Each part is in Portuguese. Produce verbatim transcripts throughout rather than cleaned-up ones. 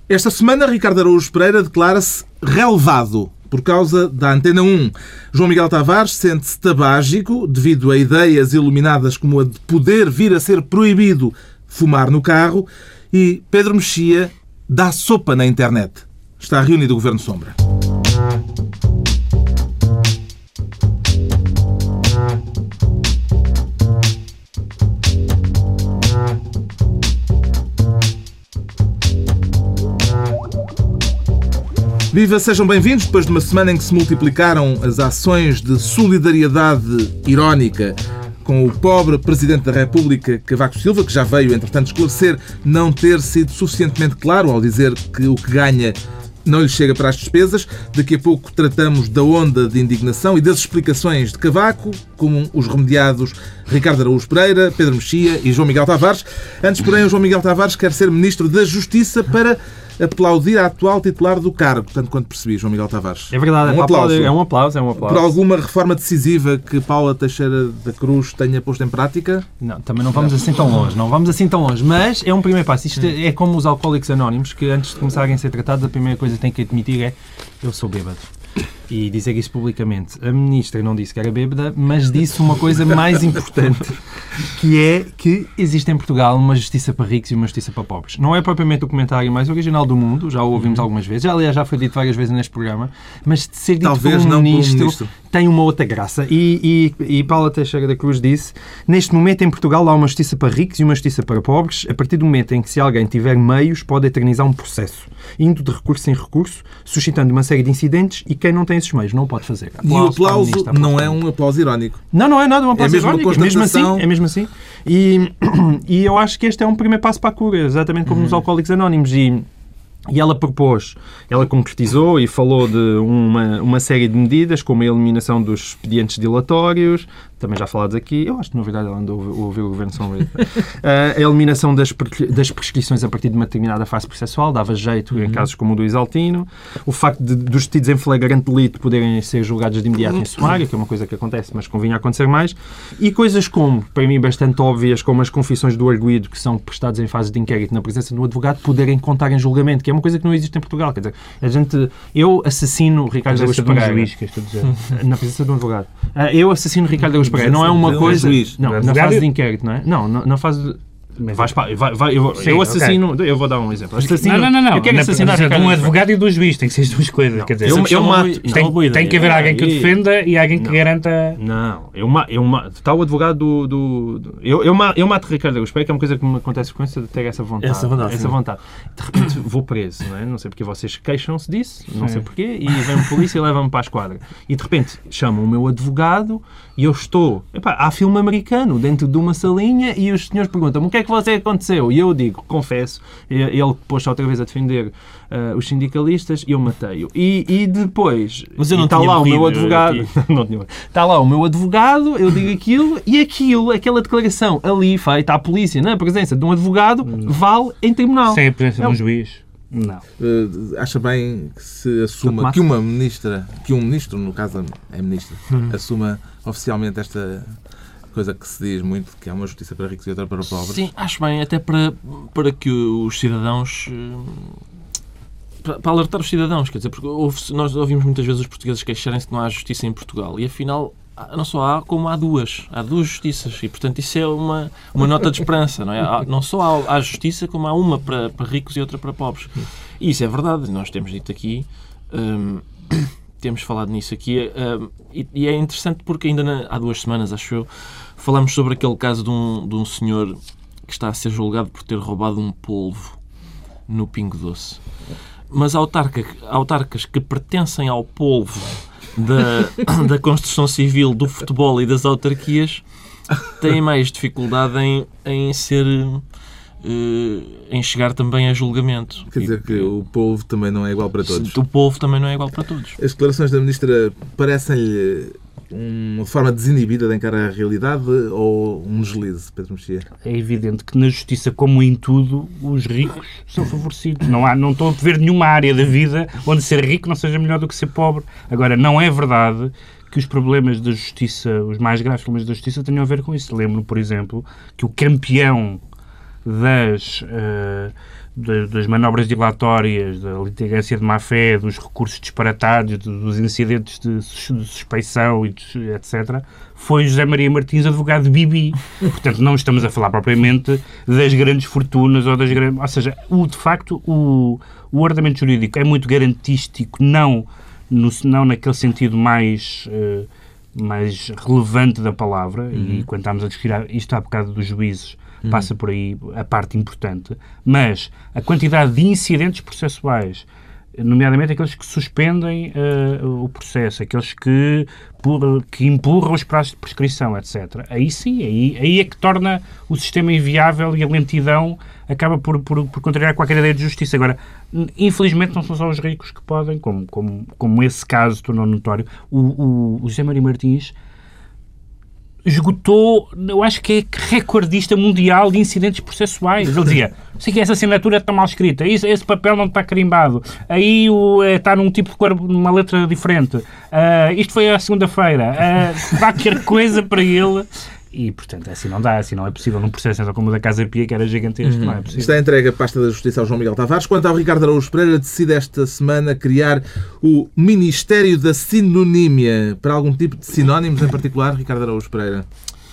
Esta semana, Ricardo Araújo Pereira declara-se relevado por causa da Antena um. João Miguel Tavares sente-se tabágico devido a ideias iluminadas como a de poder vir a ser proibido fumar no carro, e Pedro Mexia dá sopa na internet. Está reunido o Governo Sombra. Viva, sejam bem-vindos. Depois de uma semana em que se multiplicaram as ações de solidariedade irónica com o pobre Presidente da República, Cavaco Silva, que já veio, entretanto, esclarecer não ter sido suficientemente claro ao dizer que o que ganha não lhe chega para as despesas. Daqui a pouco tratamos da onda de indignação e das explicações de Cavaco, como os remediados Ricardo Araújo Pereira, Pedro Mexia e João Miguel Tavares. Antes, porém, o João Miguel Tavares quer ser Ministro da Justiça para aplaudir a atual titular do cargo, tanto quanto percebi, João Miguel Tavares. É verdade, um é, aplauso. é um aplauso, é um aplauso. Por alguma reforma decisiva que Paula Teixeira da Cruz tenha posto em prática? Não, também não vamos assim tão longe, não vamos assim tão longe, mas é um primeiro passo. Isto é, é como os alcoólicos anónimos, que antes de começarem a ser tratados, a primeira coisa que têm que admitir é: eu sou bêbado. E dizer isso publicamente. A ministra não disse que era bêbada, mas disse uma coisa mais importante, que é que existe em Portugal uma justiça para ricos e uma justiça para pobres. Não é propriamente o comentário mais original do mundo, já o ouvimos algumas vezes, já, aliás, já foi dito várias vezes neste programa, mas de ser dito Talvez por um não ministro, por um ministro tem uma outra graça. E, e, e Paula Teixeira da Cruz disse: neste momento em Portugal há uma justiça para ricos e uma justiça para pobres, a partir do momento em que, se alguém tiver meios, pode eternizar um processo, indo de recurso em recurso, suscitando uma série de incidentes, e quem não tem esses meios não pode fazer. E o aplauso não é um aplauso irónico. Não, não é nada um aplauso é mesmo irónico. Uma é mesmo assim. constatação... É mesmo assim. E, e eu acho que este é um primeiro passo para a cura, exatamente como uhum. nos Alcoólicos Anónimos. E, e ela propôs, ela concretizou e falou de uma, uma série de medidas, como a eliminação dos expedientes dilatórios, também já falados aqui. Eu acho que, na verdade, ela andou a ouvir o Governo Sombra. A eliminação das, das prescrições a partir de uma determinada fase processual, dava jeito uhum. em casos como o do Isaltino. O facto de, dos detidos em flagrante delito poderem ser julgados de imediato em sumário, que é uma coisa que acontece, mas convinha acontecer mais. E coisas como, para mim, bastante óbvias, como as confissões do arguido, que são prestadas em fase de inquérito na presença do advogado, poderem contar em julgamento, que é uma coisa que não existe em Portugal. Quer dizer, a gente... Eu assassino Ricardo Araújo Pereira. Um juiz, que estou a dizer. Na presença de um advogado. Eu assassino Ricardo Araújo Pereira. Não é uma coisa... Não, na fase de inquérito, não é? Não, na fase de... Vais, vai, vai, eu, Sim, eu assassino... Okay. Eu vou dar um exemplo. Assassino, não, não, não. Eu quero na, assassinar de um advogado e do juiz. Tem que ser as duas coisas. Não, quer dizer, eu, eu mato... Tem, não, tem que haver alguém que o defenda e alguém que não, garanta... Não. Eu, eu mato... Está o advogado do... do, do eu, eu, eu mato Ricardo Araújo Pereira, que é uma coisa que me acontece com frequência de ter essa vontade. Essa vontade. Essa vontade. De repente vou preso, não é? Não sei porque vocês queixam-se disso, não sim. sei porquê, e vem-me polícia e leva-me para a esquadra. E de repente chamam o meu advogado e eu estou... Epá, há filme americano dentro de uma salinha e os senhores perguntam-me: o que é que você aconteceu? E eu digo, confesso, ele pôs-se outra vez a defender uh, os sindicalistas e eu matei-o. E, e depois Mas eu não está tinha lá morrido, o meu advogado, não tinha, está lá o meu advogado, eu digo aquilo e aquilo, aquela declaração ali feita à polícia na presença de um advogado, vale em tribunal. Sem a presença é de um juiz. Não. Uh, acha bem que se assuma que uma ministra, que um ministro, no caso é ministra, hum. assuma oficialmente esta coisa que se diz muito, que é uma justiça para ricos e outra para pobres? Sim, acho bem, até para, para que os cidadãos... Para, para alertar os cidadãos, quer dizer, porque ouve, nós ouvimos muitas vezes os portugueses queixarem-se que não há justiça em Portugal, e afinal não só há, como há duas. Há duas justiças, e portanto isso é uma, uma nota de esperança, não é? Há, não só há, há justiça, como há uma para, para ricos e outra para pobres. E isso é verdade, nós temos dito aqui... Hum, temos falado nisso aqui, uh, e, e é interessante porque ainda na, há duas semanas, acho eu, falamos sobre aquele caso de um, de um senhor que está a ser julgado por ter roubado um polvo no Pingo Doce. Mas autarca, autarcas que pertencem ao polvo da, da construção civil, do futebol e das autarquias têm mais dificuldade em, em ser... Uh, em chegar também a julgamento. Quer dizer que o polvo também não é igual para todos. O polvo também não é igual para todos. As declarações da Ministra parecem-lhe uma forma desinibida de encarar a realidade ou um deslize, Pedro Mexia? É evidente que na justiça, como em tudo, os ricos são favorecidos. Não, há, não estou a ver nenhuma área da vida onde ser rico não seja melhor do que ser pobre. Agora, não é verdade que os problemas da justiça, os mais graves problemas da justiça, tenham a ver com isso. Lembro, por exemplo, que o campeão das, uh, de, das manobras dilatórias, da litigância de má-fé, dos recursos disparatados, dos incidentes de suspeição, e de, etcétera, foi José Maria Martins, advogado de Bibi. Portanto, não estamos a falar propriamente das grandes fortunas ou das grandes... Ou seja, o, de facto, o, o ordenamento jurídico é muito garantístico, não, no, não naquele sentido mais... Uh, mais relevante da palavra, uhum. e quando estamos a discutir isto há bocado dos juízes, uhum. passa por aí a parte importante, mas a quantidade de incidentes processuais, nomeadamente aqueles que suspendem uh, o processo, aqueles que, por, que empurram os prazos de prescrição, etcétera. Aí sim, aí, aí é que torna o sistema inviável e a lentidão acaba por, por, por contrariar qualquer ideia de justiça. Agora, infelizmente não são só os ricos que podem, como, como, como esse caso tornou notório. O, o, o José Maria Martins esgotou, eu acho que é recordista mundial de incidentes processuais. Ele dizia, sei que essa assinatura está mal escrita, esse, esse papel não está carimbado, aí o, é, está num tipo de cor, numa letra diferente, uh, isto foi à segunda-feira, uh, qualquer coisa para ele. E, portanto, assim não dá, assim não é possível num processo como o da Casa Pia, que era gigantesco, uhum. não é possível. Está entregue a pasta da Justiça ao João Miguel Tavares. Quanto ao Ricardo Araújo Pereira, decide esta semana criar o Ministério da Sinonímia. Para algum tipo de sinónimos em particular, Ricardo Araújo Pereira?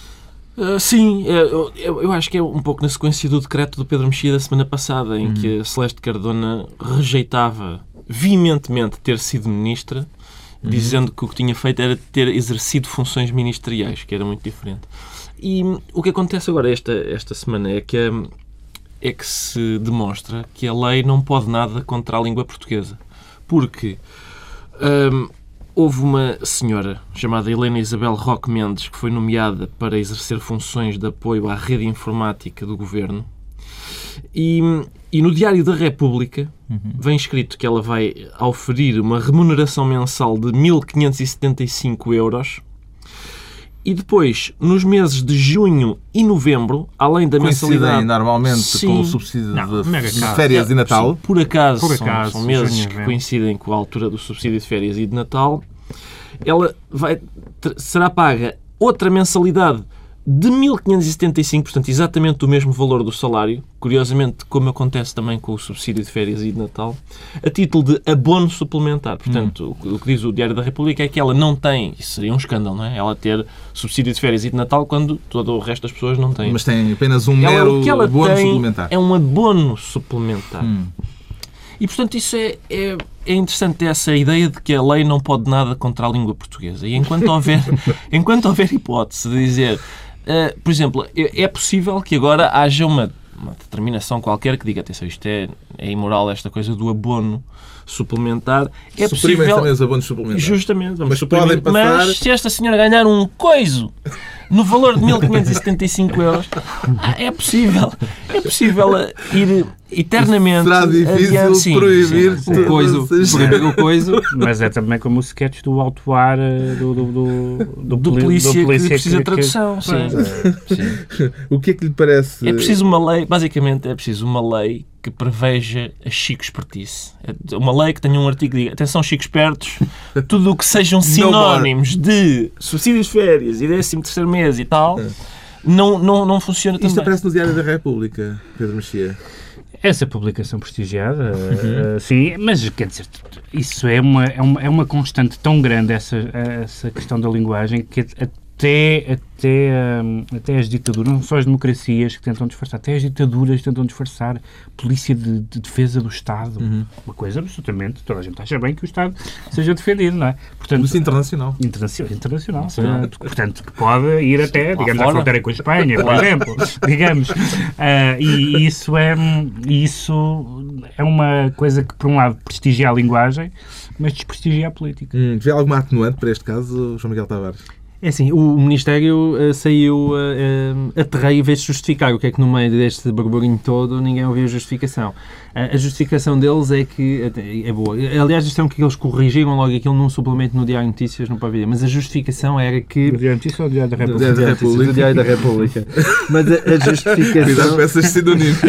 Uh, sim, eu, eu, eu acho que é um pouco na sequência do decreto do Pedro Mexia da semana passada, em uhum. que a Celeste Cardona rejeitava veementemente ter sido ministra, uhum. dizendo que o que tinha feito era ter exercido funções ministeriais, que era muito diferente. E o que acontece agora esta, esta semana é que, é que se demonstra que a lei não pode nada contra a língua portuguesa. Porque hum, houve uma senhora chamada Helena Isabel Roque Mendes que foi nomeada para exercer funções de apoio à rede informática do Governo. E, e no Diário da República uhum. vem escrito que ela vai oferir uma remuneração mensal de mil quinhentos e setenta e cinco euros e depois, nos meses de junho e novembro, além da Coincidem mensalidade... normalmente sim, com o subsídio não, de, de férias é, e Natal. Sim, por acaso, por acaso são, são meses que coincidem com a altura do subsídio de férias e de Natal. Ela vai, será paga outra mensalidade de mil quinhentos e setenta e cinco, portanto, exatamente o mesmo valor do salário, curiosamente, como acontece também com o subsídio de férias e de Natal, a título de abono suplementar. Portanto, hum. o que diz o Diário da República é que ela não tem, isso seria um escândalo, não é? Ela ter subsídio de férias e de Natal quando todo o resto das pessoas não têm. Mas tem apenas um ela, mero o que ela abono tem suplementar. É um abono suplementar. Hum. E, portanto, isso é, é, é interessante, essa ideia de que a lei não pode nada contra a língua portuguesa. E enquanto houver, enquanto houver hipótese de dizer... Uh, por exemplo, é possível que agora haja uma, uma determinação qualquer que diga, atenção, isto é, é imoral, esta coisa do abono suplementar. É suprimem possível... também os abonos suplementares. Justamente. Vamos mas suprimir. podem passar... Mas se esta senhora ganhar um coiso no valor de mil quinhentos e setenta e cinco euros, é possível. É possível ir eternamente... Será difícil adiante. Sim, proibir sim, sim. O coiso, proibir o coiso. Mas é também como o sketch do autuar do, do, do, do, do, polícia, do polícia que precisa de tradução. Sim. É. Sim. O que é que lhe parece? É preciso uma lei, basicamente é preciso uma lei que preveja a Chico Espertice. Uma lei que tenha um artigo que diga, atenção Chico Espertos, tudo o que sejam sinónimos de subsídios de férias e décimo terceiro mês e tal, é. não, não, não funciona Isto também. Isto aparece no Diário da República, Pedro Mexia. Essa publicação prestigiada, uhum. uh, sim, mas quer dizer, isso é uma, é uma, é uma constante tão grande, essa, essa questão da linguagem, que até, até, um, até as ditaduras, não só as democracias que tentam disfarçar, até as ditaduras tentam disfarçar polícia de, de defesa do Estado. Uhum. Uma coisa absolutamente, toda a gente acha bem que o Estado seja defendido, não é? Portanto, isso internacional. Internacional, internacional. Uh, portanto, que pode ir até, digamos, à fronteira com a Espanha, por exemplo, digamos. Uh, e isso é, isso é uma coisa que, por um lado, prestigia a linguagem, mas desprestigia a política. Hum, vê alguma atenuante para este caso, João Miguel Tavares? É assim, o Ministério uh, saiu uh, uh, a terreio em vez de justificar o que é que no meio deste burburinho todo ninguém ouviu a justificação. Uh, a justificação deles é que é boa. Aliás, isto é um que eles corrigiram logo aquilo num suplemento no Diário de Notícias, no pavilhão. Mas a justificação era que... Do Diário de Notícias ou do Diário da República? Do Diário da República. Do Diário da República. Mas a, a justificação... Cuidado com essas sinónimos.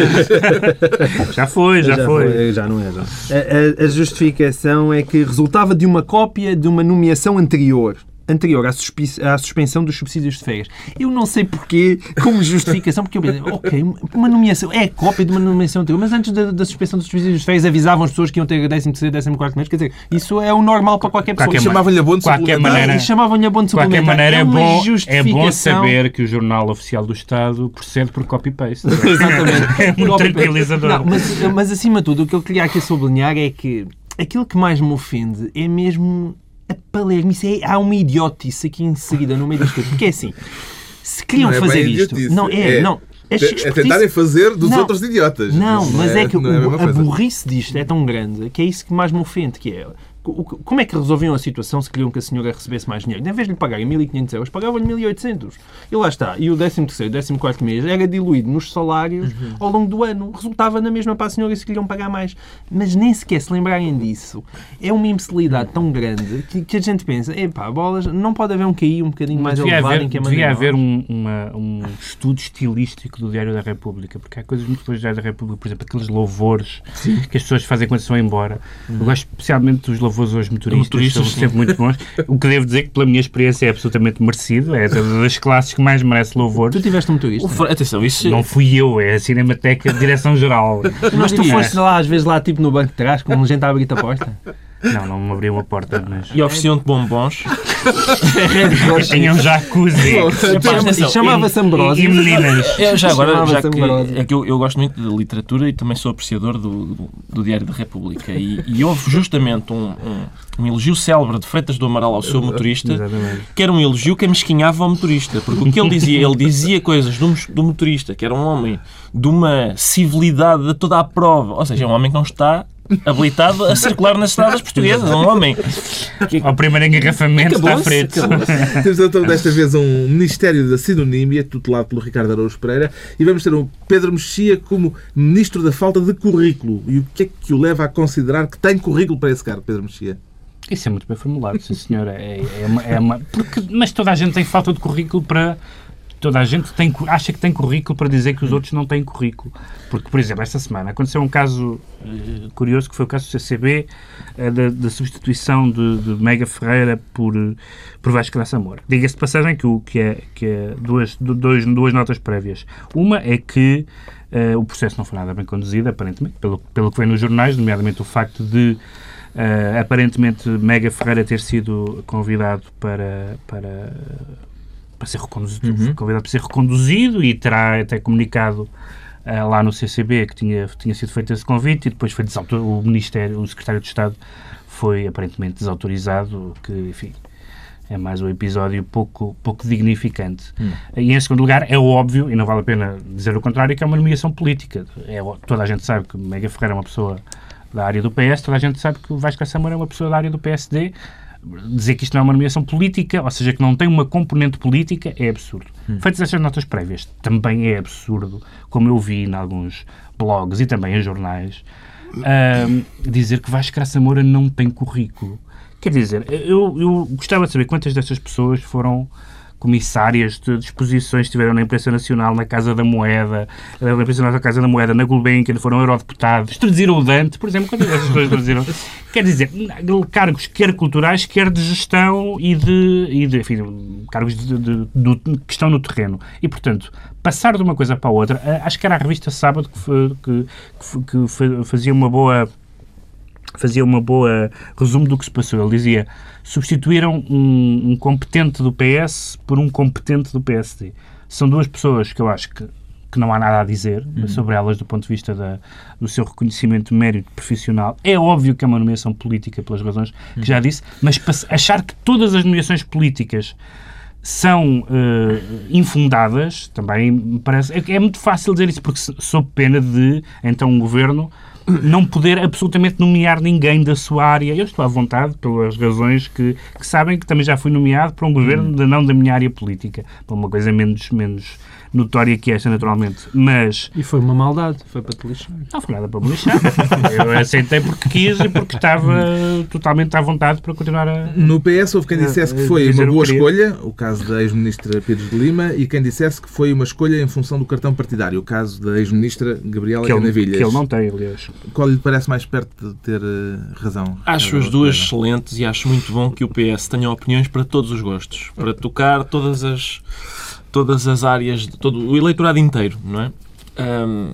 Já foi, já, já foi. foi. Já não é, já. A, a, a justificação é que resultava de uma cópia de uma nomeação anterior. anterior à, suspi- à suspensão dos subsídios de férias. Eu não sei porquê, como justificação, porque eu pensei, ok, uma nomeação, é cópia de uma nomeação anterior, mas antes da, da suspensão dos subsídios de férias avisavam as pessoas que iam ter décimo terceiro, décimo quarto mês, quer dizer, isso é o normal para qualquer pessoa. Qualquer Chamavam-lhe abono suplementar. maneira, E chamavam-lhe abono de qualquer suplementar. maneira, é, é, uma bom, é justificação... bom saber que o Jornal Oficial do Estado procede por copy-paste. Exatamente. É muito tranquilizador. Não, mas, mas, acima de tudo, o que eu queria aqui sublinhar é que aquilo que mais me ofende é mesmo a palermice. É, há uma idiotice aqui inserida no meio disto tudo. Porque é assim, se queriam Não é fazer bem isto... idiotice. Não, é, É- não. É tentarem fazer dos Não. outros idiotas. Não, mas é, que não é a o- mesma a coisa. burrice disto é tão grande que é isso que mais me ofende, que é... o- Como é que resolviam a situação se queriam que a senhora recebesse mais dinheiro? Em vez de lhe pagarem mil e quinhentos euros, pagavam-lhe mil e oitocentos. E lá está. E o décimo terceiro, décimo quarto mês era diluído nos salários Uhum. ao longo do ano. Resultava na mesma para a senhora se queriam pagar mais. Mas nem sequer se lembrarem disso. É uma imbecilidade tão grande que, que a gente pensa, epá, bolas, não pode haver um Q I um bocadinho mais devia elevado haver, em que é devia maneira. haver um, uma- um estudo estilístico do Diário da República, porque há coisas muito boas do Diário da República, por exemplo, aqueles louvores que as pessoas fazem quando se vão embora. Eu gosto especialmente dos louvores aos motoristas, Motoristas, são sim. sempre muito bons. O que devo dizer que, pela minha experiência, é absolutamente merecido, é das classes que mais merece louvor. Tu tiveste um O motorista? Fra- Atenção, isso... Não fui eu, é a Cinemateca de Direção-Geral. Mas tu É. foste lá, às vezes, lá tipo no banco de trás, com gente a abrir-te a porta? Não, não me abriu a porta, mas... E ofereciam-te bombons. Tinha um jacuzzi. Epá, atenção, Chamava-se Ambrósio. E, e meninas. É, já agora, já Chamava-se que, Ambrósio. é que eu, eu gosto muito de literatura e também sou apreciador do, do, do Diário da República. E, e houve justamente um, um, um elogio célebre de Freitas do Amaral ao seu motorista, Exatamente. que era um elogio que amesquinhava ao motorista. Porque o que ele dizia, ele dizia coisas do, do motorista, que era um homem de uma civilidade a toda a prova. Ou seja, é um homem que não está habilitado a circular nas estradas portuguesas. Um homem que... Ao primeiro engarrafamento está Acabou-se, preto. acabou-se. Temos então desta vez um Ministério da Sinonímia, tutelado pelo Ricardo Araújo Pereira, e vamos ter o Pedro Mexia como Ministro da Falta de Currículo. E o que é que o leva a considerar que tem currículo para esse cargo, Pedro Mexia? Isso é muito bem formulado, sim senhora. É, é uma, é uma- porque, mas toda a gente tem falta de currículo para... Toda a gente tem, acha que tem currículo para dizer que os outros não têm currículo. Porque, por exemplo, esta semana aconteceu um caso eh, curioso, que foi o caso do C C B, eh, da, da substituição de, de Mega Ferreira por, eh, por Vasco Graça Moura. Diga-se de passagem que, o, que é, que é duas, du- dois, duas notas prévias. Uma é que eh, o processo não foi nada bem conduzido, aparentemente, pelo, pelo que vem nos jornais, nomeadamente o facto de Uh, aparentemente Mega Ferreira ter sido convidado para, para, para ser reconduzido, Uhum. convidado para ser reconduzido e terá até comunicado uh, lá no C C B que tinha, tinha sido feito esse convite e depois foi desautor, o Ministério, o Secretário de Estado foi aparentemente desautorizado, que enfim é mais um episódio pouco, pouco dignificante. Hum. E em segundo lugar, é óbvio, e não vale a pena dizer o contrário, que é uma nomeação política. É, ó- toda a gente sabe que Mega Ferreira é uma pessoa da área do P S, toda a gente sabe que o Vasco Graça Moura é uma pessoa da área do P S D. Dizer que isto não é uma nomeação política, ou seja, que não tem uma componente política, é absurdo. Hum. Feitas estas notas prévias, também é absurdo, como eu vi em alguns blogs e também em jornais, ahm, dizer que Vasco Graça Moura não tem currículo. Quer dizer, eu, eu gostava de saber quantas destas pessoas foram comissárias de exposições que estiveram na imprensa nacional, na Casa da Moeda, na imprensa nacional da Casa da Moeda, na Gulbenkian, foram eurodeputados, traduziram o Dante, por exemplo, quantas dessas pessoas traduziram? Quer dizer, cargos quer culturais, quer de gestão e de, e de enfim, cargos de, de, de, que estão no terreno. E, portanto, passar de uma coisa para a outra, acho que era a revista Sábado que, foi, que, que, que fazia uma boa... fazia uma boa resumo do que se passou. Ele dizia, substituíram um, um competente do P S por um competente do P S D. São duas pessoas que eu acho que, que não há nada a dizer uhum. sobre elas do ponto de vista da, do seu reconhecimento de mérito profissional. É óbvio que é uma nomeação política pelas razões que uhum. já disse, mas achar que todas as nomeações políticas são uh, infundadas, também me parece... É, é muito fácil dizer isso, porque sob pena de, então, um governo não poder absolutamente nomear ninguém da sua área. Eu estou à vontade, pelas razões que, que sabem que também já fui nomeado para um governo, de, não da minha área política, para uma coisa menos, menos notória que esta, naturalmente. Mas... E foi uma maldade, foi para te lixar. Não foi nada para me lixar. Eu aceitei porque quis e porque estava totalmente à vontade para continuar a... No P S houve quem dissesse que foi uma boa que escolha, o caso da ex-ministra Pires de Lima, e quem dissesse que foi uma escolha em função do cartão partidário, o caso da ex-ministra Gabriela que ele, Canavilhas. que ele não tem, aliás. Qual lhe parece mais perto de ter uh, razão? Acho as duas excelentes e acho muito bom que o P S tenha opiniões para todos os gostos, para tocar todas as, todas as áreas, de todo o eleitorado inteiro, não é? Um,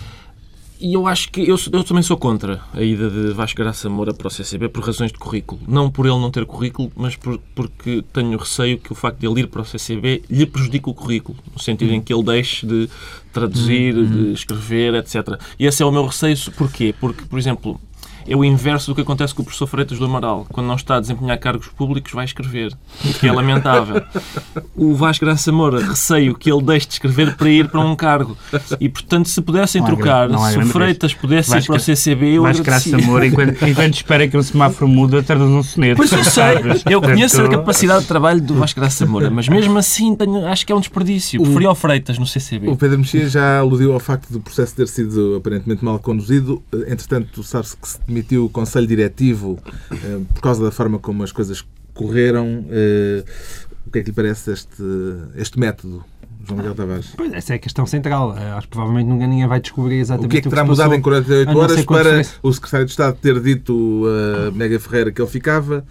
E eu acho que eu, eu também sou contra a ida de Vasco Graça Moura para o C C B por razões de currículo. Não por ele não ter currículo, mas por, porque tenho receio que o facto de ele ir para o C C B lhe prejudique o currículo, no sentido em que ele deixe de traduzir, de escrever, etcétera. E esse é o meu receio. Porquê? Porque, por exemplo, é o inverso do que acontece com o professor Freitas do Amaral. Quando não está a desempenhar cargos públicos, vai escrever. O que é lamentável. O Vasco Graça Moura, receio que ele deixe de escrever para ir para um cargo. E, portanto, se pudessem trocar, se o Freitas pudesse ir para o C C B, eu Vasco Graça Moura, enquanto, enquanto espera que um semáforo muda, traduz um soneto. Pois eu sei. Eu conheço a capacidade de trabalho do Vasco Graça Moura, mas mesmo assim tenho, acho que é um desperdício. Preferia ao Freitas no C C B. O Pedro Mexia já aludiu ao facto do processo ter sido aparentemente mal conduzido. Entretanto, sabe-se que se demitiu o Conselho Diretivo eh, por causa da forma como as coisas correram. Eh, o que é que lhe parece este, este método, João Miguel Tavares? Pois, essa é a questão central. Acho que provavelmente nunca ninguém vai descobrir exatamente o que é que terá que mudado passou, em quarenta e oito horas para foi... o Secretário de Estado ter dito a Mega Ferreira que ele ficava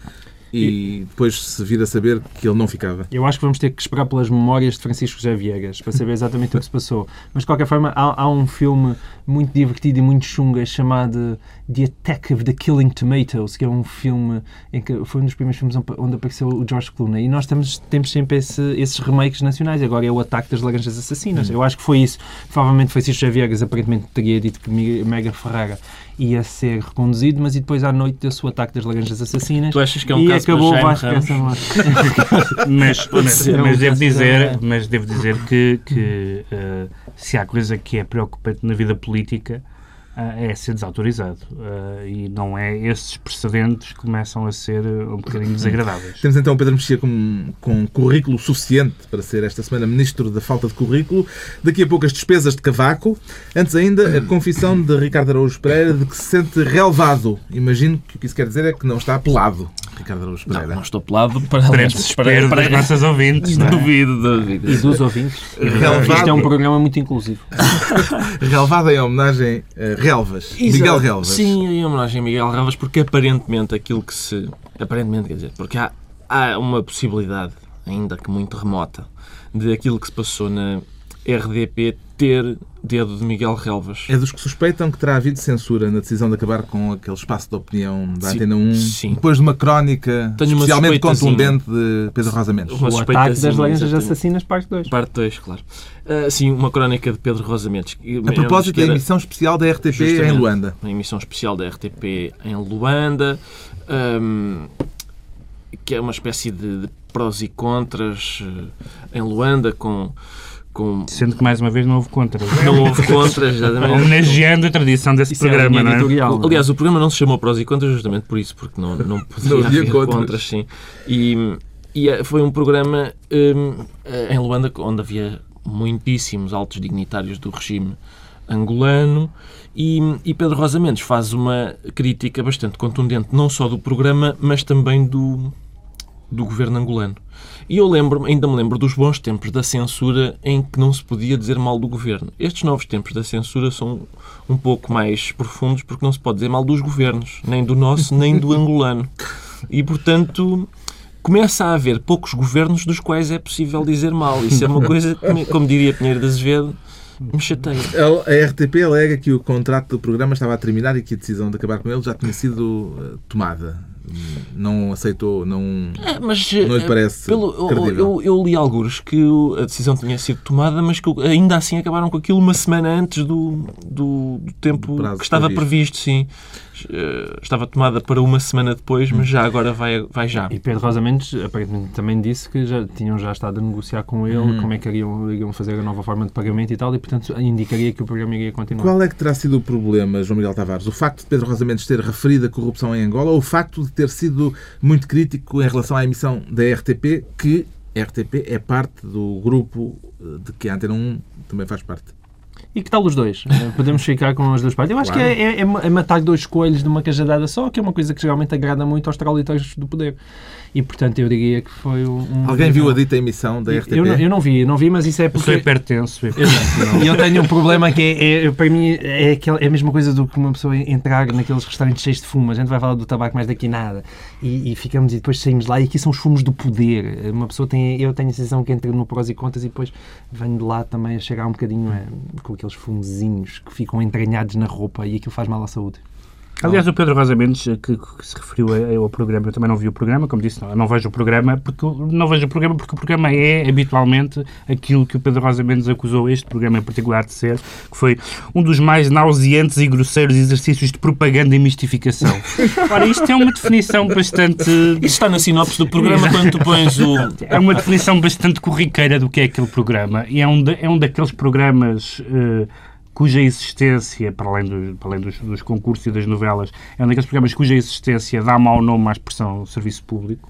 e depois se vir a saber que ele não ficava? Eu acho que vamos ter que esperar pelas memórias de Francisco José Viegas para saber exatamente o que se passou. Mas, de qualquer forma, há, há um filme muito divertido e muito chunga chamado The Attack of the Killing Tomatoes, que é um filme em que foi um dos primeiros filmes onde apareceu o George Clooney. E nós temos, temos sempre esse, esses remakes nacionais. Agora é o Ataque das Laranjas Assassinas. Hum. Eu acho que foi isso. Provavelmente Francisco José Viegas aparentemente teria dito que Mega Ferreira ia ser reconduzido, mas e depois à noite deu-se o Ataque das Laranjas Assassinas. Tu achas que é um e caso acabou para Vasco Jaime Ramos? mas, mas, mas, devo dizer, mas devo dizer que, que uh, se há coisa que é preocupante na vida política uh, é ser desautorizado. Uh, e não é esses precedentes que começam a ser um bocadinho desagradáveis. Temos então o Pedro Mexia com, com currículo suficiente para ser esta semana Ministro da Falta de Currículo. Daqui a pouco as despesas de Cavaco. Antes ainda, a confissão de Ricardo Araújo Pereira de que se sente relevado. Imagino que o que isso quer dizer é que não está apelado. Ricardo Araújo Pereira. Não, não estou pelado para para desespero das nossas ouvintes. Não é? Duvido, duvido. E dos ouvintes. Relevado. Isto é um programa muito inclusivo. Relevado em homenagem a Relvas. Exato. Miguel Relvas. Sim, em homenagem a Miguel Relvas, porque aparentemente aquilo que se... Aparentemente, quer dizer, porque há, há uma possibilidade, ainda que muito remota, de aquilo que se passou na R D P ter dedo de Miguel Relvas. É dos que suspeitam que terá havido censura na decisão de acabar com aquele espaço de opinião da Sim, Antena um, sim. depois de uma crónica Tenho uma especialmente suspeitazinha. contundente de Pedro Rosa Mendes. Uma O suspeitazinha, Ataque das Laranjas exatamente. Assassinas, parte dois. Parte dois, claro. Uh, sim, uma crónica de Pedro Rosa Mendes. A propósito da emissão especial da R T P Justamente. em Luanda. Uma emissão especial da R T P em Luanda, um, que é uma espécie de, de prós e contras uh, em Luanda, com... com... Sendo que, mais uma vez, não houve contras. Não houve contras, exatamente. Homenageando a tradição desse Isso é a programa, linha não é? editorial. Aliás, o programa não se chamou prós e contras justamente por isso, porque não, não podia Não havia haver contras. contras, sim. E, e foi um programa um, em Luanda onde havia muitíssimos altos dignitários do regime angolano e, e Pedro Rosa Mendes faz uma crítica bastante contundente, não só do programa, mas também do, do governo angolano. E eu lembro, ainda me lembro dos bons tempos da censura em que não se podia dizer mal do governo. Estes novos tempos da censura são um pouco mais profundos porque não se pode dizer mal dos governos, nem do nosso, nem do angolano. E, portanto, começa a haver poucos governos dos quais é possível dizer mal. Isso é uma coisa que, como diria Pinheiro de Azevedo, me chateia. A R T P alega que o contrato do programa estava a terminar e que a decisão de acabar com ele já tinha sido uh, tomada. Não aceitou, não, É, mas, não lhe parece pelo, credível. eu, eu li algures que a decisão tinha sido tomada, mas que ainda assim acabaram com aquilo uma semana antes do, do, do tempo Do prazo que estava previsto. previsto, sim. Estava tomada para uma semana depois, mas já agora vai, vai já. E Pedro Rosa Mendes aparentemente também disse que já tinham já estado a negociar com ele Hum. como é que iriam, iriam fazer a nova forma de pagamento e tal, e portanto indicaria que o programa iria continuar. Qual é que terá sido o problema, João Miguel Tavares? O facto de Pedro Rosa Mendes ter referido a corrupção em Angola ou o facto de ter sido muito crítico em relação à emissão da R T P, que a R T P é parte do grupo de que a Antena um também faz parte? E que tal os dois? Podemos ficar com as duas partes. Eu acho Claro. que é, é, é matar dois coelhos de uma cajadada só, que é uma coisa que geralmente agrada muito aos traulitórios do poder. E, portanto, eu diria que foi um... Alguém viu a dita emissão da R T P? Eu não, eu não vi, eu não vi, mas isso é Eu sou porque... hipertenso. E eu tenho um problema que é, é para mim, é, aquele, é a mesma coisa do que uma pessoa entrar naqueles restaurantes cheios de fumo. A gente vai falar do tabaco mais daqui nada. E, e ficamos, e depois saímos lá, e aqui são os fumos do poder. Uma pessoa tem, eu tenho a sensação que entro no prós e contras e depois venho de lá também a chegar um bocadinho é, com aqueles fumozinhos que ficam entranhados na roupa e aquilo faz mal à saúde. Aliás, o Pedro Rosa Mendes, que, que se referiu ao programa, eu também não vi o programa, como disse, não, não vejo o programa, porque não vejo o programa porque o programa é habitualmente aquilo que o Pedro Rosa Mendes acusou este programa em particular de ser, que foi um dos mais nauseantes e grosseiros exercícios de propaganda e mistificação. Ora, isto é uma definição bastante... Isto está na sinopse do programa quando tu pões o... É uma definição bastante corriqueira do que é aquele programa, e é um, de, é um daqueles programas... Uh, cuja existência, para além, do, para além dos, dos concursos e das novelas, é um daqueles programas cuja existência dá mau nome à expressão serviço público.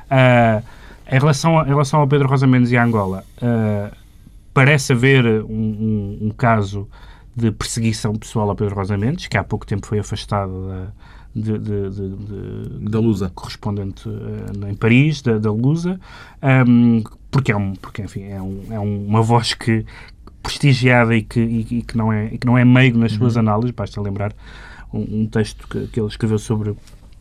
Uh, em, relação a, em relação ao Pedro Rosa Mendes e à Angola, uh, parece haver um, um, um caso de perseguição pessoal a Pedro Rosa Mendes, que há pouco tempo foi afastado da, de, de, de, de, da Lusa, correspondente uh, em Paris, da, da Lusa, um, porque, é, um, porque enfim, é, um, é uma voz que prestigiada e que, e, e que, não é, e que não é meigo nas suas uhum. análises. Basta lembrar um, um texto que, que ele escreveu sobre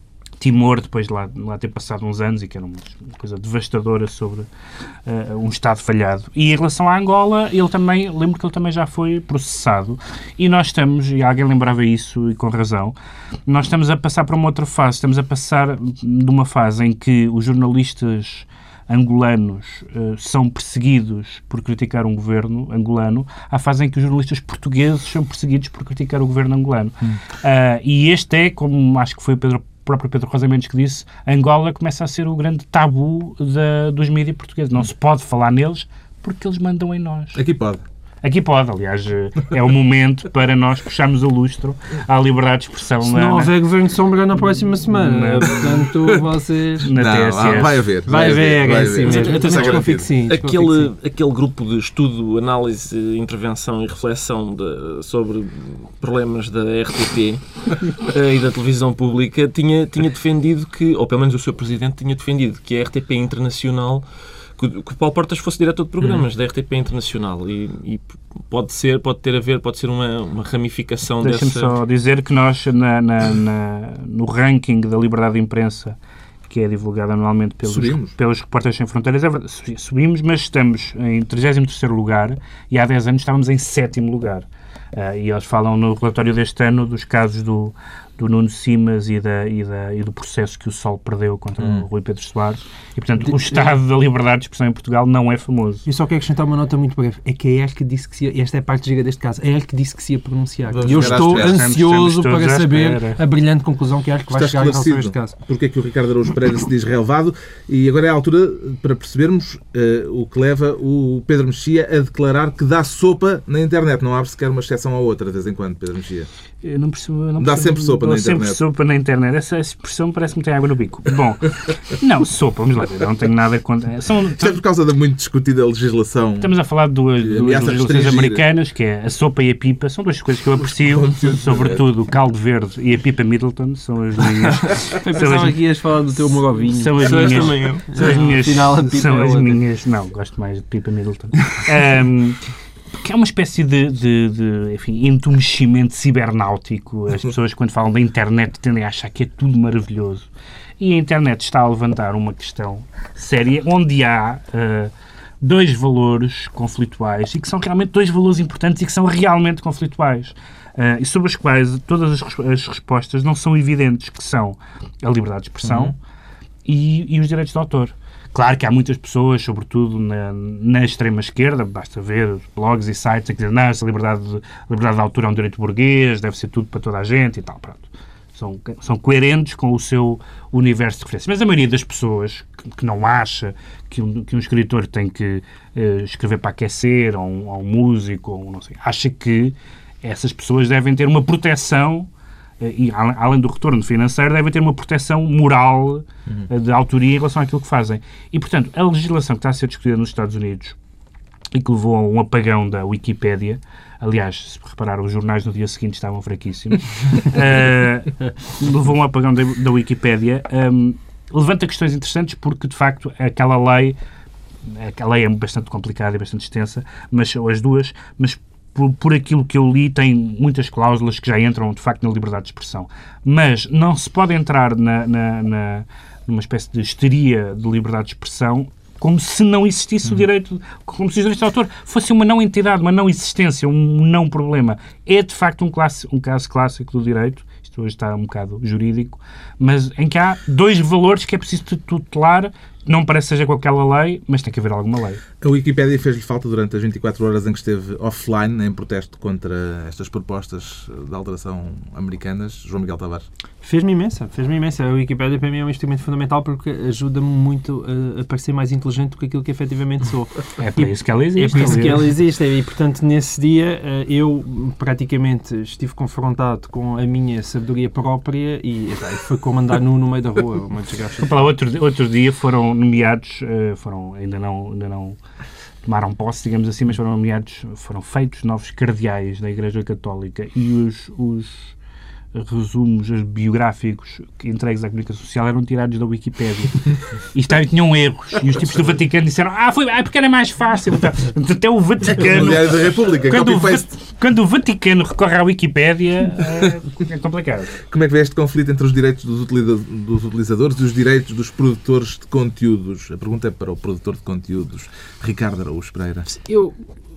Timor, depois de lá, de lá ter passado uns anos, e que era uma, uma coisa devastadora sobre uh, um Estado falhado. E em relação à Angola, ele também, lembro que ele também já foi processado, e nós estamos, e alguém lembrava isso, e com razão, nós estamos a passar para uma outra fase, estamos a passar de uma fase em que os jornalistas angolanos uh, são perseguidos por criticar um governo angolano, à fase em que os jornalistas portugueses são perseguidos por criticar o governo angolano. Hum. Uh, e este é, como acho que foi o Pedro, próprio Pedro Rosa Mendes que disse, Angola começa a ser o grande tabu da, dos mídias portugueses. Não se pode falar neles porque eles mandam em nós. Aqui pode. Aqui pode, aliás, é o momento para nós puxarmos o lustro à liberdade de expressão. Se na, não na... houver governo de sombra na próxima semana, na... portanto, vocês... Na não, T S S. Ah, vai haver. Vai haver, é assim mesmo. Atenção, Desconfio que sim. Aquele, aquele grupo de estudo, análise, intervenção e reflexão de, sobre problemas da R T P e da televisão pública tinha, tinha defendido que, ou pelo menos o seu presidente tinha defendido, que a R T P Internacional, que o Paulo Portas fosse diretor de programas hum. da R T P Internacional, e, e pode ser, pode ter a ver, pode ser uma, uma ramificação dessa... Deixa-me só dizer que nós, na, na, na, no ranking da liberdade de imprensa, que é divulgado anualmente pelos, pelos Repórteres Sem Fronteiras, é verdade, subimos, mas estamos em trigésimo terceiro lugar, e há dez anos estávamos em sétimo lugar. Uh, e eles falam no relatório deste ano dos casos do, do Nuno Simas e, da, e, da, e do processo que o Sol perdeu contra hum. o Rui Pedro Soares. E, portanto, de, o estado de... da liberdade de expressão em Portugal não é famoso. E só quero acrescentar uma nota muito breve. É que é ele que disse que se ia, esta é a parte gira deste caso, é ele que disse que se ia pronunciar. E eu estou ansioso estamos, estamos para saber a brilhante conclusão que é ele que vai Está chegar em relação a este caso. Porque é que o Ricardo Araújo Pereira se diz relevado, e agora é a altura para percebermos uh, o que leva o Pedro Mexia a declarar que dá sopa na internet. Não abre sequer uma exceção à outra, de vez em quando, Pedro Mexia. Eu não percebo, eu não dá percebo, sempre sopa na internet. Sempre sopa na internet. Essa expressão parece-me ter água no bico. Bom, não, sopa, vamos lá ver, não tenho nada contra... São, Isto é por causa da muito discutida legislação. Estamos a falar de duas, duas legislações americanas, que é a sopa e a pipa. São duas coisas que eu aprecio, sobretudo o caldo verde e a pipa Middleton. São as minhas... Eu pensava que ias falar do teu Morovinho. São as minhas... São as minhas... São as minhas... Não, gosto mais de pipa Middleton. Um, que é uma espécie de, de, de enfim, entumecimento cibernáutico. As pessoas, quando falam da internet, tendem a achar que é tudo maravilhoso. E a internet está a levantar uma questão séria, onde há uh, dois valores conflituais, e que são realmente dois valores importantes e que são realmente conflituais. Uh, e sobre os quais todas as, as respostas não são evidentes, que são a liberdade de expressão uhum. e, e os direitos de autor. Claro que há muitas pessoas, sobretudo na, na extrema-esquerda, basta ver blogs e sites, a que dizem, não, essa liberdade de, liberdade de autor é um direito burguês, deve ser tudo para toda a gente e tal, pronto. São, são coerentes com o seu universo de referência. Mas a maioria das pessoas que, que não acha que um, que um escritor tem que uh, escrever para aquecer, ou um, ou um músico, ou não sei, acha que essas pessoas devem ter uma proteção, e além do retorno financeiro, devem ter uma proteção moral uhum. de autoria em relação àquilo que fazem. E, portanto, a legislação que está a ser discutida nos Estados Unidos e que levou a um apagão da Wikipédia. Aliás, se reparar, os jornais no dia seguinte estavam fraquíssimos. uh, levou a um apagão da, da Wikipédia. Um, levanta questões interessantes porque, de facto, aquela lei, a lei é bastante complicada e bastante extensa, mas as duas, mas por, por aquilo que eu li, tem muitas cláusulas que já entram, de facto, na liberdade de expressão. Mas não se pode entrar na, na, na, numa espécie de histeria de liberdade de expressão como se não existisse o direito, como se o direito de autor fosse uma não entidade, uma não existência, um não problema. É, de facto, um, classe, um caso clássico do direito, isto hoje está um bocado jurídico, mas em que há dois valores que é preciso tutelar. Não parece que seja com aquela lei, mas tem que haver alguma lei. A Wikipédia fez-lhe falta durante as vinte e quatro horas em que esteve offline, em protesto contra estas propostas de alteração americanas. João Miguel Tavares. Fez-me imensa, fez-me imensa. A Wikipédia para mim é um instrumento fundamental porque ajuda-me muito a, a parecer mais inteligente do que aquilo que efetivamente sou. É para isso que ela existe. É para isso que ela existe. E, portanto, nesse dia eu praticamente estive confrontado com a minha sabedoria própria e epá, foi como andar nu no meio da rua. Uma desgraça. Para outro, outro dia foram nomeados, foram, ainda não, ainda não tomaram posse, digamos assim, mas foram nomeados, foram feitos novos cardeais da Igreja Católica e os, os resumos biográficos entregues à comunicação social eram tirados da Wikipédia. E estavam, tinham erros. E os tipos do Vaticano disseram, ah, foi ah, porque era mais fácil. Até o Vaticano... No Diário da República, quando, o, quando o Vaticano recorre à Wikipédia, é, é complicado. Como é que vê este conflito entre os direitos dos, utiliza- dos utilizadores e os direitos dos produtores de conteúdos? A pergunta é para o produtor de conteúdos, Ricardo Araújo Pereira. Eu...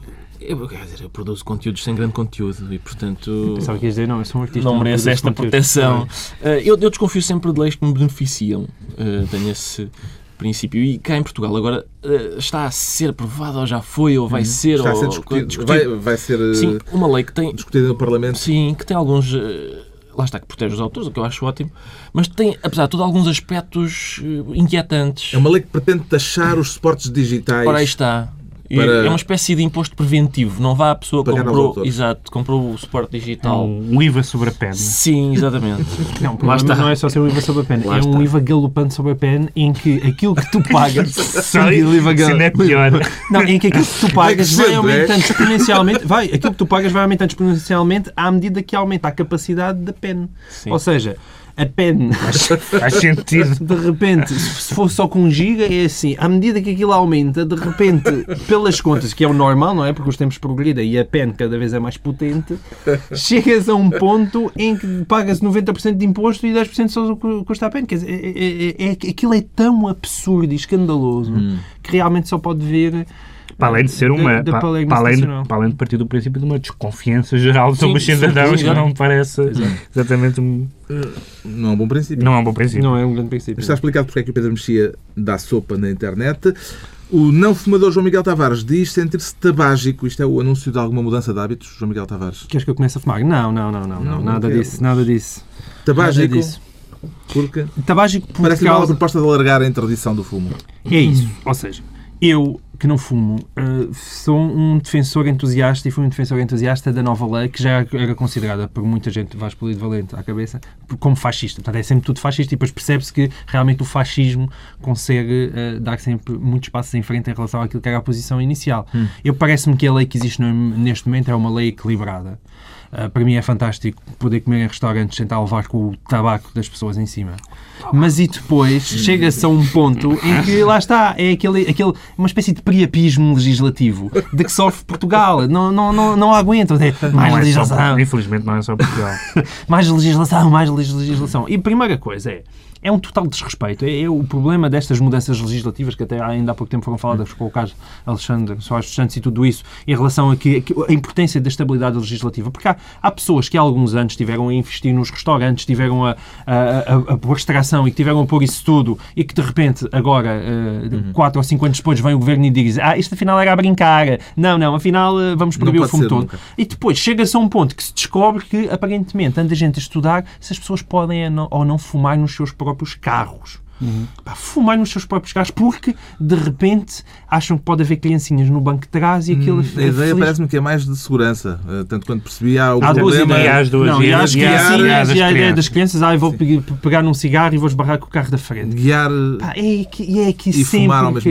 Eu, quer dizer, eu produzo conteúdos sem grande conteúdo e, portanto... Pensava que ias dizer, não, eu sou um artista. Não mereço esta conteúdos. proteção. Uh, eu, eu desconfio sempre de leis que me beneficiam. Uh, tenho esse princípio. E cá em Portugal, agora, uh, está a ser aprovado, ou já foi, ou vai ser... Está ou, a ser discutido. discutido. Vai, vai ser uh, sim, uma lei que tem... discutida no Parlamento. Sim, que tem alguns... Uh, lá está, que protege os autores, o que eu acho ótimo, mas tem, apesar de tudo, alguns aspectos uh, inquietantes. É uma lei que pretende taxar os suportes digitais. Ora, aí está. Para... É uma espécie de imposto preventivo. Não vá a pessoa que comprou, exato, comprou o suporte digital. Um, um I V A sobre a pena. Sim, exatamente. Não, o problema não é só ser o I V A sobre a pena. Lá é está. Um I V A galopante sobre a pena em que aquilo que tu pagas... Sorry, isso não é pior. Não, em que aquilo que tu pagas vai aumentando exponencialmente... Vai, aquilo que tu pagas vai aumentando exponencialmente à medida que aumenta a capacidade da pen. Sim. Ou seja... A pen, faz sentido. De repente, se for só com um giga, é assim, à medida que aquilo aumenta, de repente, pelas contas, que é o normal, não é? Porque os tempos progridem e a pen cada vez é mais potente, chegas a um ponto em que pagas noventa por cento de imposto e dez por cento só custa a pen. Quer dizer, é, é, é, aquilo é tão absurdo e escandaloso hum. que realmente só pode ver... Para além de ser uma... Da, da para, além, para além de partir do princípio de uma desconfiança geral sobre os cidadãos, que não me parece Exato. exatamente um... Não é um bom princípio. Não é um bom princípio. Não é um grande princípio. Está explicado porque é que o Pedro Mexia dá sopa na internet. O não fumador João Miguel Tavares diz sentir-se tabágico. Isto é o anúncio de alguma mudança de hábitos, João Miguel Tavares? Queres que eu comece a fumar? Não, não, não, não. não, não nada disso, disso, nada disso. Tabágico? Nada disso. Porque? Tabágico por Parece-lhe causa... uma proposta de alargar a interdição do fumo. É isso. Ou seja, eu, que não fumo, uh, sou um defensor entusiasta e fui um defensor entusiasta da nova lei que já era considerada por muita gente, vais pelo Valente à cabeça, como fascista. Portanto, é sempre tudo fascista e depois percebe-se que realmente o fascismo consegue uh, dar sempre muitos passos em frente em relação àquilo que era a posição inicial. Hum. Eu parece-me que a lei que existe neste momento é uma lei equilibrada. Uh, para mim é fantástico poder comer em restaurantes sem estar a levar com o tabaco das pessoas em cima. Mas e depois chega-se a um ponto em que lá está, é aquele, aquele, uma espécie de priapismo legislativo de que sofre Portugal. Não, não, não, não aguento. É, mais não legislação. É só, infelizmente não é só Portugal. mais legislação, mais legislação. E a primeira coisa é, é um total desrespeito. É, é o problema destas mudanças legislativas que até ainda há pouco tempo foram faladas com o caso Alexandre Soares dos Santos e tudo isso, em relação a, que, a importância da estabilidade legislativa. Porque há, há pessoas que há alguns anos tiveram a investir nos restaurantes, tiveram a, a, a, a pôr extração e que tiveram a pôr isso tudo e que de repente agora, uh, uhum. quatro ou cinco anos depois, vem o governo e diz ah, isto afinal era a brincar. Não, não, afinal uh, vamos proibir o fumo todo. Nunca. E depois chega-se a um ponto que se descobre que aparentemente anda gente a estudar se as pessoas podem ou não fumar nos seus próprios carros. Uhum. Pá, fumar nos seus próprios carros porque de repente acham que pode haver criancinhas no banco de trás e aquilo... Hum, a ideia parece-me que é mais de segurança, tanto quanto percebi há o há problema... E as duas não, e as criancinhas e a ideia das crianças, ah, eu vou pegar num cigarro e vou esbarrar com o carro da frente. Guiar Pá, é que, é que e sempre fumar ao mesmo que, tempo.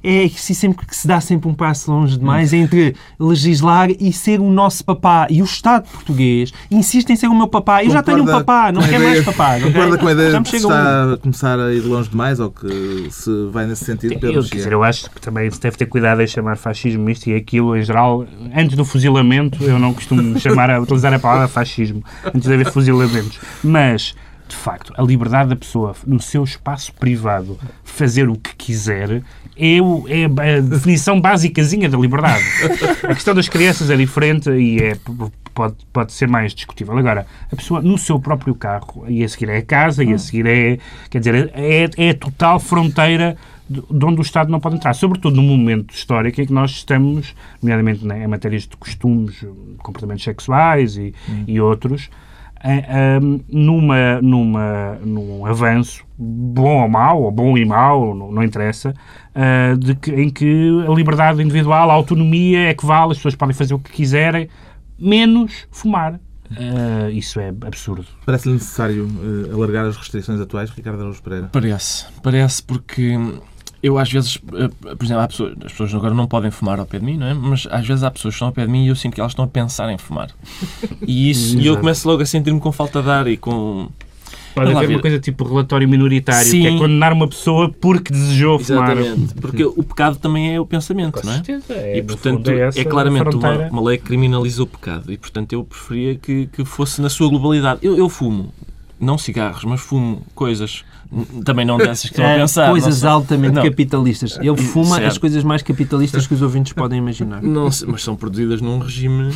é assim sempre que se dá sempre um passo longe demais entre legislar e ser o nosso papá. E o Estado português insiste em ser o meu papá. Eu já tenho um papá, não quero mais papá. Concorda okay? com a ideia Já de me que chega está um... a começar a ir longe demais ou que se vai nesse sentido, Pedro Eu, Mexia? quer dizer, eu acho que também se deve ter cuidado em chamar fascismo isto e aquilo em geral. Antes do fuzilamento, eu não costumo chamar a, utilizar a palavra fascismo, antes de haver fuzilamentos. Mas, de facto, a liberdade da pessoa no seu espaço privado fazer o que quiser é, o, é a definição basicazinha da liberdade. A questão das crianças é diferente e é, pode, pode ser mais discutível. Agora, a pessoa no seu próprio carro, e a seguir é a casa, e a seguir é, quer dizer, é, é a total fronteira de onde o Estado não pode entrar, sobretudo num momento histórico em que nós estamos, nomeadamente né, em matérias de costumes, comportamentos sexuais e, hum. e outros, um, numa, numa, num avanço, bom ou mau, ou bom e mau, não, não interessa, uh, de que, em que a liberdade individual, a autonomia é que vale, as pessoas podem fazer o que quiserem, menos fumar. Uh, isso é absurdo. Parece-lhe necessário uh, alargar as restrições atuais, Ricardo Araújo Pereira? Parece. Parece porque eu às vezes, uh, por exemplo, há pessoas, as pessoas agora não podem fumar ao pé de mim, não é? Mas às vezes há pessoas que estão ao pé de mim e eu sinto que elas estão a pensar em fumar. E, isso, e eu começo logo a sentir-me com falta de ar e com... Pode haver uma coisa tipo relatório minoritário, Sim. que é condenar uma pessoa porque desejou fumar. Exatamente, porque o pecado também é o pensamento, com não é? certeza. É, e, portanto, é, é claramente uma, uma lei que criminaliza o pecado. E, portanto, eu preferia que, que fosse na sua globalidade. Eu, eu fumo, não cigarros, mas fumo coisas... Também não dessas que estão a pensar. Coisas não altamente não. capitalistas. Ele fuma certo. as coisas mais capitalistas que os ouvintes podem imaginar. Não, mas são produzidas num regime...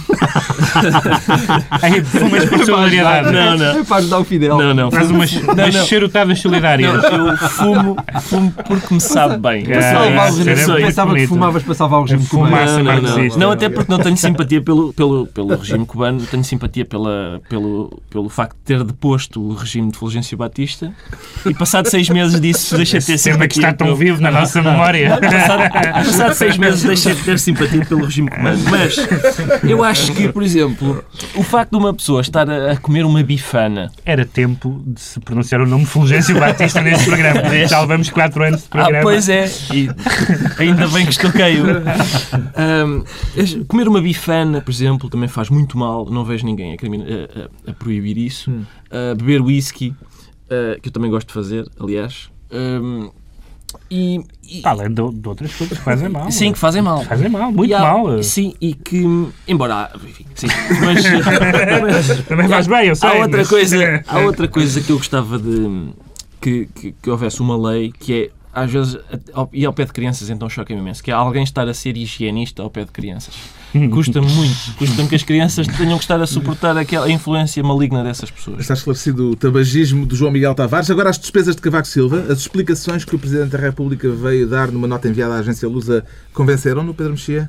Aí fumas por solidariedade. Não, não. É para ajudar o Fidel. Não, não. Faz umas, umas charutadas solidárias. Não, eu fumo, fumo porque me sabe bem. Para salvar o regime. Era Pensava que fumavas para salvar o regime cubano. Fumaça Não, não, marxista. não, até porque não tenho simpatia pelo, pelo, pelo regime cubano, tenho simpatia pela, pelo, pelo facto de ter deposto o regime de Fulgêncio Batista e passado seis meses disso deixa de ter Sempre que está simpatia tão pelo... vivo na nossa memória. Passado, passado seis meses deixa de ter simpatia pelo regime cubano. Mas eu acho que, por exemplo, o facto de uma pessoa estar a, a comer uma bifana... Era tempo de se pronunciar o nome Fulgêncio Batista neste programa. Já levamos quatro anos de programa. Ah, pois é. E ainda bem que estoqueio. Um, comer uma bifana, por exemplo, também faz muito mal. Não vejo ninguém a, crimina- a, a, a proibir isso. Hum. Uh, beber whisky, uh, que eu também gosto de fazer, aliás. Um, e, e, Além de, de outras coisas que fazem mal. sim, que fazem mal. Fazem mal, muito E há- mal. Sim, e que, embora, enfim, sim, mas, mas Também faz bem, eu sei. há outra mas- coisa, há outra coisa que eu gostava de que, que, que houvesse uma lei que é, às vezes, ao, e ao pé de crianças, então choca-me imenso, que é alguém estar a ser higienista ao pé de crianças. Custa-me muito. Custa-me que as crianças tenham que estar a suportar aquela influência maligna dessas pessoas. Está esclarecido o tabagismo do João Miguel Tavares. Agora as despesas de Cavaco Silva, as explicações que o Presidente da República veio dar numa nota enviada à agência Lusa convenceram-no, Pedro Mexia?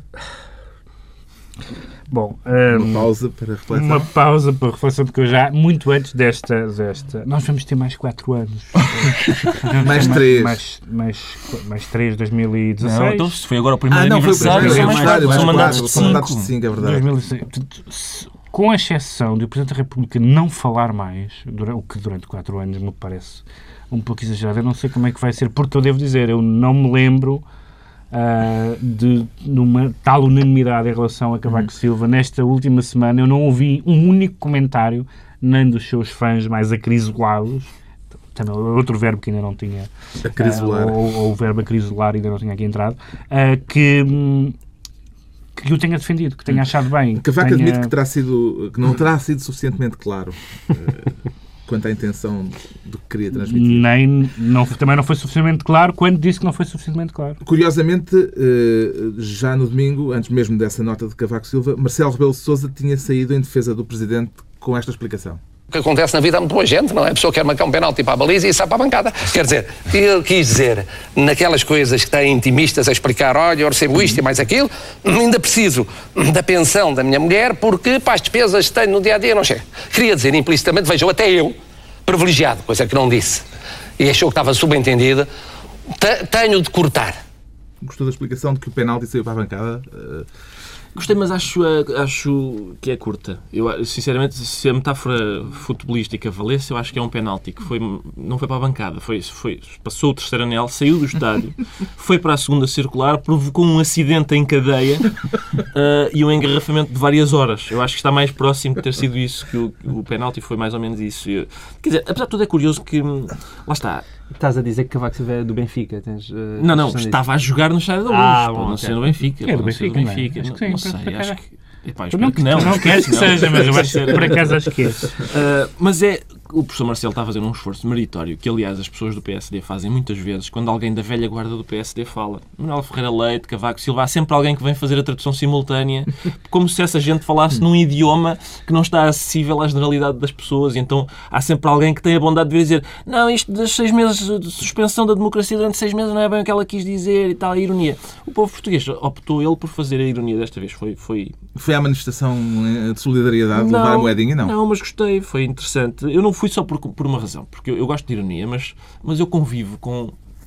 Bom, Uma hum, pausa para reflexão. uma pausa para reflexão, porque eu já, muito antes desta, desta... Nós vamos ter mais quatro anos. Mais três. Mais, mais, mais três, dois mil e dezasseis. Não, então, se foi agora o primeiro Ah, não, foi o aniversário, primeiro são mais aniversário, quatro, mais são mandatos quatro, de são mandatos de cinco. cinco, é verdade. dois mil e dezasseis. Portanto, se- com a exceção de o Presidente da República não falar mais, dura- o que durante quatro anos me parece um pouco exagerado, eu não sei como é que vai ser, porque eu devo dizer, eu não me lembro ah, de numa tal unanimidade em relação a Cavaco Silva. Nesta última semana eu não ouvi um único comentário, nem dos seus fãs mais acrisolados, também outro verbo que ainda não tinha, Acrisolar. ah, ou, ou o verbo acrisolar ainda não tinha aqui entrado, ah, que... hum, que o tenha defendido, que tenha achado bem. Cavaco tenha... admite que, terá sido, que não terá sido suficientemente claro eh, quanto à intenção do que queria transmitir. Nem, não, também não foi suficientemente claro quando disse que não foi suficientemente claro. Curiosamente, eh, já no domingo, antes mesmo dessa nota de Cavaco Silva, Marcelo Rebelo de Sousa tinha saído em defesa do Presidente com esta explicação. O que acontece na vida há muito boa gente, não é? A pessoa quer marcar um penalti para a baliza e sai para a bancada. Quer dizer, ele quis dizer, naquelas coisas que têm intimistas a explicar, olha, eu recebo isto e mais aquilo, ainda preciso da pensão da minha mulher porque para as despesas que tenho no dia-a-dia não chega. Queria dizer implicitamente, vejam, até eu, privilegiado, coisa que não disse, e achou que estava subentendido, tenho de cortar. Gostou da explicação de que o penalti saiu para a bancada? Eh, Gostei, mas acho, acho que é curta. Eu, sinceramente, se a metáfora futebolística valesse, eu acho que é um penalti, que foi, não foi para a bancada, foi, foi, passou o terceiro anel, saiu do estádio, foi para a segunda circular, provocou um acidente em cadeia uh, e um engarrafamento de várias horas. Eu acho que está mais próximo de ter sido isso, que o, o penalti foi mais ou menos isso. Eu, quer dizer, apesar de tudo é curioso que, lá está... Estás a dizer que Cavaco Silva é do Benfica? Tens, uh, não, não, estava a jogar no Estádio da Luz. Ah, pode bom, não okay. ser no Benfica. É do Benfica, Benfica, do Benfica. Acho Não, que sim, não para, sei, para acho cá. que... Epá, Não, que não, não queres que seja, mas eu acho que por acaso acho que é. Uh, mas é... O professor Marcelo está a fazer um esforço meritório que, aliás, as pessoas do P S D fazem muitas vezes quando alguém da velha guarda do P S D fala. Manuel Ferreira Leite, Cavaco Silva, há sempre alguém que vem fazer a tradução simultânea, como se essa gente falasse num idioma que não está acessível à generalidade das pessoas. E então há sempre alguém que tem a bondade de vir dizer não, isto dos seis meses de suspensão da democracia durante seis meses não é bem o que ela quis dizer e tal, a ironia. O povo português optou ele por fazer a ironia desta vez. Foi... foi... Foi à manifestação de solidariedade, não, levar a moedinha, não? Não, mas gostei, foi interessante. Eu não fui só por, por uma razão, porque eu, eu gosto de ironia, mas, mas eu convivo com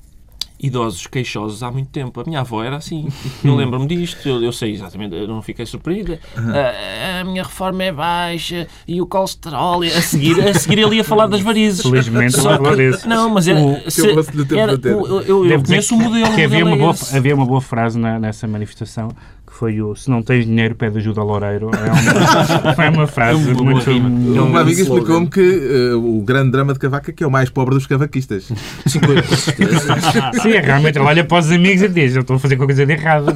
idosos queixosos há muito tempo. A minha avó era assim. Eu lembro-me disto, eu, eu sei exatamente, eu não fiquei surpreendida. Uhum. A, a minha reforma é baixa e o colesterol. A seguir, a seguir ele ia falar das varizes. Felizmente Só não que, não, mas era, o, se, era o, eu, eu, eu conheço o modelo. Que havia, modelo uma é boa, esse. havia uma boa frase na, nessa manifestação, que foi o se não tens dinheiro, pede ajuda ao loureiro. É uma, foi uma frase é uma muito... É um uma amiga explicou-me que uh, o grande drama de Cavaco é que é o mais pobre dos cavaquistas. Sim, Sim, é realmente ele olha para os amigos e diz eu estou a fazer qualquer coisa de errado.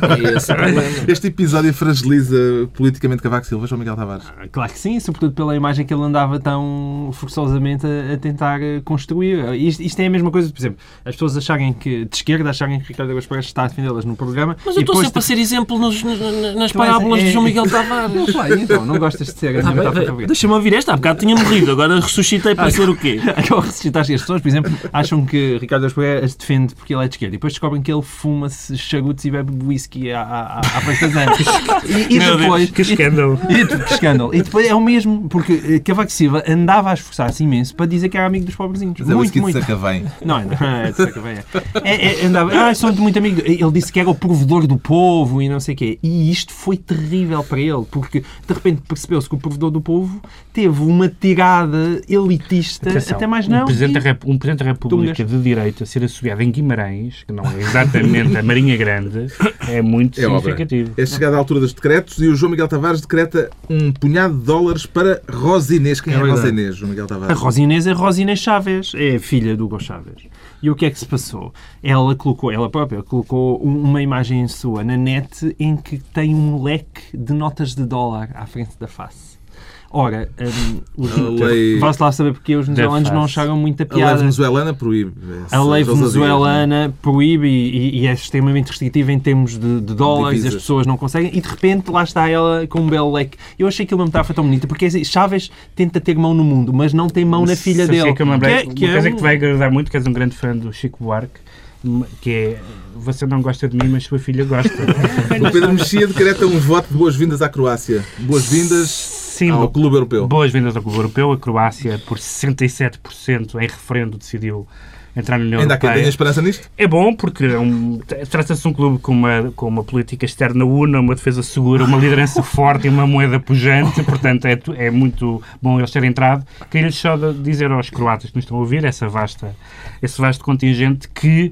Este episódio fragiliza politicamente Cavaco Silva, João Miguel Tavares? Claro que sim, sobretudo pela imagem que ele andava tão forçosamente a, a tentar construir. Isto, isto é a mesma coisa, por exemplo, as pessoas acharem que, de esquerda, acharem que Ricardo Araújo Pereira está a defendê-las no programa. Mas eu estou sempre te... a ser exemplo nos, nas parábolas é... de João Miguel Tavares. Não, então, não gostas de ser a minha ah, deixa-me ouvir esta, há bocado tinha morrido, agora ressuscitei para ah, ser o quê? Agora ressuscitaste as pessoas, por exemplo, acham que Ricardo Araújo Pereira as defende porque ele é de esquerda e depois descobrem que ele fuma-se charutos e bebe whisky à, à, à frente das anos. E, e depois... Que escândalo. E, e, que escândalo. E depois é o mesmo, porque Cavaco Silva andava a esforçar-se imenso para dizer que era amigo dos pobrezinhos. Mas muito, é o muito. De Sacavém. Não, não é de Sacavém. É, é, andava, ah, sou muito amigo. Ele disse que era o provedor do povo e não sei o quê. E isto foi terrível para ele, porque de repente percebeu-se que o provedor do povo teve uma tirada elitista. Atenção, até mais não. Um Presidente, da, Rep... um Presidente da República de Direita ser assobiado em Guimarães, que não é exatamente a Marinha Grande, é muito é significativo. Obra. É chegada à altura dos decretos e o João Miguel Tavares decreta um punhado de dólares para Rosa Inês. Quem é, é a Rosa Inês, João Miguel Tavares? A Rosa Inês é Rosa Inês Chaves, é a filha do Hugo Chávez. E o que é que se passou? Ela colocou, ela própria colocou uma imagem sua na net em que tem um leque de notas de dólar à frente da face. Ora, um, os, lei... vai-se lá saber porque os venezuelanos não acharam muita piada. A lei venezuelana proíbe. A lei venezuelana proíbe e, e é extremamente restritiva em termos de, de dólares, as pessoas não conseguem, e de repente lá está ela com um belo leque. Eu achei que ele não estava tão bonita, porque assim, Chávez tenta ter mão no mundo, mas não tem mão na filha Sabes dele. Que é uma que é, que uma é coisa um... que te vai agradar muito, que és um grande fã do Chico Buarque, que é você não gosta de mim, mas sua filha gosta. O Pedro Mexia decreta um voto de boas-vindas à Croácia. Boas-vindas Sim, ao Clube Europeu. Boas-vindas ao Clube Europeu. A Croácia, por sessenta e sete por cento em referendo, decidiu entrar na União Ainda Europeia. Ainda há quem tenha esperança nisto? É bom, porque é um, trata-se de um clube com uma, com uma política externa una, uma defesa segura, uma liderança forte e uma moeda pujante. Portanto, é, é muito bom eles terem entrado. Queria-lhes só dizer aos croatas que nos estão a ouvir, essa vasta, esse vasto contingente, que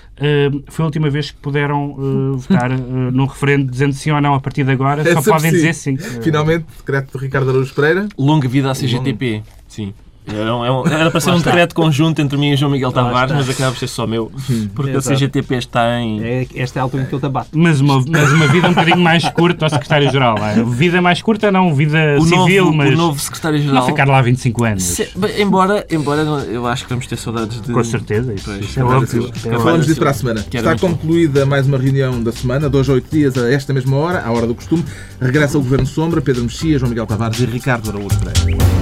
Uh, foi a última vez que puderam uh, votar uh, num referendo dizendo sim ou não a partir de agora. É só podem sim. dizer sim. Finalmente, decreto de Ricardo Araújo Pereira. Longa vida à C G T P. Sim. Era, um, era para ser um decreto conjunto entre mim e João Miguel Tavares, mas acaba por ser só meu, porque a C G T P está em... É, esta é a altura em que ele abate. Mas uma, mas uma vida um bocadinho mais curta ao secretário-geral. É? Vida mais curta não, vida o civil, novo, mas... O novo secretário-geral... Não ficar lá vinte e cinco anos. Se, embora, embora eu acho que vamos ter saudades de... Com certeza, isso, pois, isso é óbvio. É Falamos disso para a semana. Está concluída mais uma reunião da semana, dois a oito dias a esta mesma hora, à hora do costume. Regressa o Governo Sombra, Pedro Mexia, João Miguel Tavares e Ricardo Araújo Pereira.